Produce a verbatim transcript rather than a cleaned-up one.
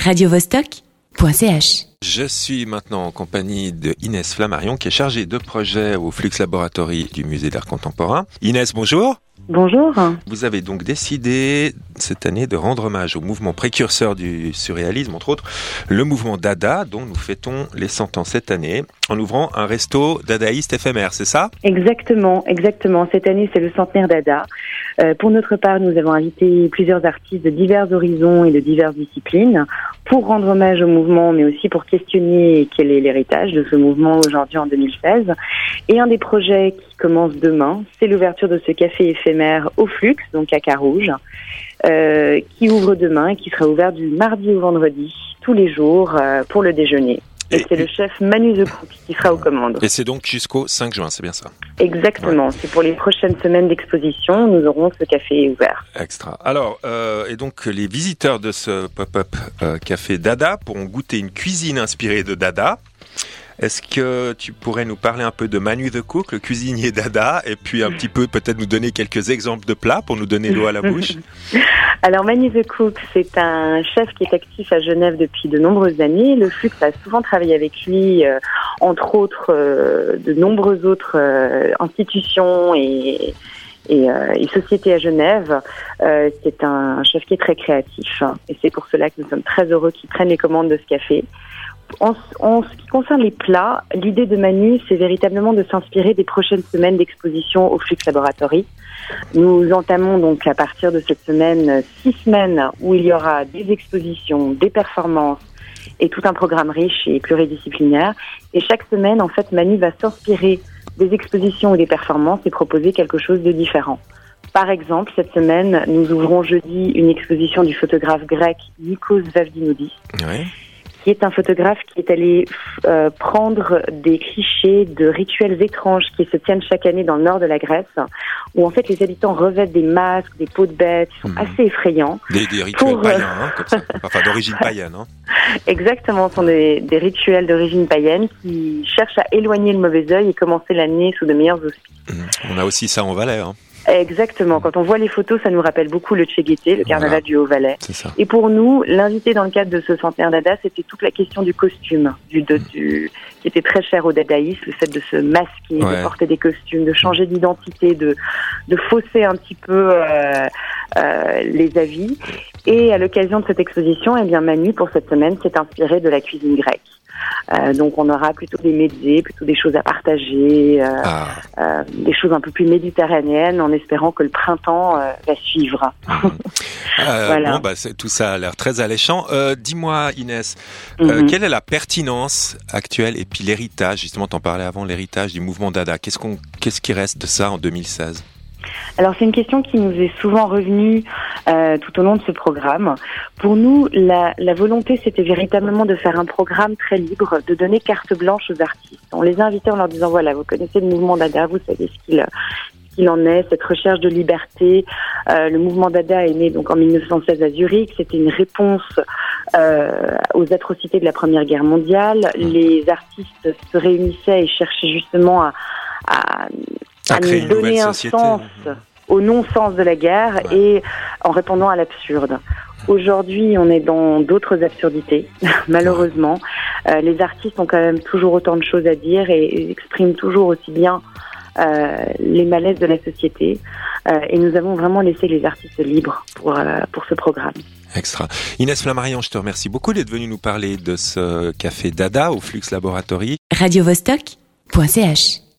radio vostok point c h. Je suis maintenant en compagnie de Inès Flammarion, qui est chargée de projet au Flux Laboratory du Musée d'Art Contemporain. Inès, bonjour. Bonjour. Vous avez donc décidé cette année de rendre hommage au mouvement précurseur du surréalisme, entre autres le mouvement Dada, dont nous fêtons les cent ans cette année, en ouvrant un resto dadaïste éphémère, c'est ça ? Exactement, exactement. Cette année, c'est le centenaire Dada. Euh, pour notre part, nous avons invité plusieurs artistes de divers horizons et de diverses disciplines pour rendre hommage au mouvement, mais aussi pour questionner quel est l'héritage de ce mouvement aujourd'hui en deux mille seize. Et un des projets qui commence demain, c'est l'ouverture de ce café éphémère au Flux, donc à Carouge, euh, qui ouvre demain et qui sera ouvert du mardi au vendredi, tous les jours, euh, pour le déjeuner. Et, et c'est le chef Manu The Cook qui sera aux commandes. Et c'est donc jusqu'au cinq juin, c'est bien ça ? Exactement, ouais. C'est pour les prochaines semaines d'exposition, nous aurons ce café ouvert. Extra. Alors, euh, et donc les visiteurs de ce pop-up euh, café Dada pourront goûter une cuisine inspirée de Dada. Est-ce que tu pourrais nous parler un peu de Manu The Cook, le cuisinier Dada, et puis un petit peu peut-être nous donner quelques exemples de plats pour nous donner l'eau à la bouche ? Alors Manu The Cook, c'est un chef qui est actif à Genève depuis de nombreuses années. Le Flux a souvent travaillé avec lui, euh, entre autres euh, de nombreuses autres euh, institutions et, et, euh, et sociétés à Genève. Euh, c'est un chef qui est très créatif, et c'est pour cela que nous sommes très heureux qu'il prenne les commandes de ce café. En, en ce qui concerne les plats, l'idée de Manu, c'est véritablement de s'inspirer des prochaines semaines d'exposition au Flux Laboratory. Nous entamons donc à partir de cette semaine six semaines où il y aura des expositions, des performances et tout un programme riche et pluridisciplinaire. Et chaque semaine, en fait, Manu va s'inspirer des expositions ou des performances et proposer quelque chose de différent. Par exemple, cette semaine, nous ouvrons jeudi une exposition du photographe grec Nikos Vavdinoudis. Ouais. Qui est un photographe qui est allé euh, prendre des clichés de rituels étranges qui se tiennent chaque année dans le nord de la Grèce, où en fait les habitants revêtent des masques, des peaux de bêtes, qui sont mmh. assez effrayants. Des, des rituels pour, païens, hein, comme ça. Enfin d'origine païenne. Hein. Exactement, ce sont des, des rituels d'origine païenne qui cherchent à éloigner le mauvais œil et commencer l'année sous de meilleurs auspices. Mmh. On a aussi ça en Valais, hein. Exactement. Quand on voit les photos, ça nous rappelle beaucoup le Che Guetté, le carnaval voilà. du Haut-Valais. C'est ça. Et pour nous, l'invité dans le cadre de ce centenaire Dada, c'était toute la question du costume, du, de, du qui était très cher aux dadaïstes, le fait de se masquer, ouais. de porter des costumes, de changer d'identité, de, de fausser un petit peu euh, euh, les avis. Et à l'occasion de cette exposition, eh bien Manu, pour cette semaine, s'est inspiré de la cuisine grecque. Euh, donc on aura plutôt des mezzés, plutôt des choses à partager, euh, ah. euh, des choses un peu plus méditerranéennes, en espérant que le printemps euh, va suivre. Mmh. euh, voilà. Bon, bah, c'est, tout ça a l'air très alléchant. Euh, dis-moi Inès, euh, mmh. quelle est la pertinence actuelle et puis l'héritage, justement t'en parlais avant, l'héritage du mouvement Dada, qu'est-ce, qu'on, qu'est-ce qui reste de ça en deux mille seize ? Alors c'est une question qui nous est souvent revenue euh, tout au long de ce programme. Pour nous, la, la volonté, c'était véritablement de faire un programme très libre, de donner carte blanche aux artistes. On les a invités en leur disant, voilà, vous connaissez le mouvement Dada, vous savez ce qu'il, ce qu'il en est, cette recherche de liberté. Euh, le mouvement Dada est né donc en mille neuf cent seize à Zurich. C'était une réponse euh, aux atrocités de la Première Guerre mondiale. Les artistes se réunissaient et cherchaient justement à... à à nous donner un société. Sens au non-sens de la guerre ouais. et en répondant à l'absurde. Aujourd'hui, on est dans d'autres absurdités, malheureusement. Ouais. Euh, les artistes ont quand même toujours autant de choses à dire et, et expriment toujours aussi bien euh, les malaises de la société. Euh, et nous avons vraiment laissé les artistes libres pour, euh, pour ce programme. Extra. Inès Flammarion, je te remercie beaucoup d'être venue nous parler de ce café Dada au Flux Laboratory. radio vostok point c h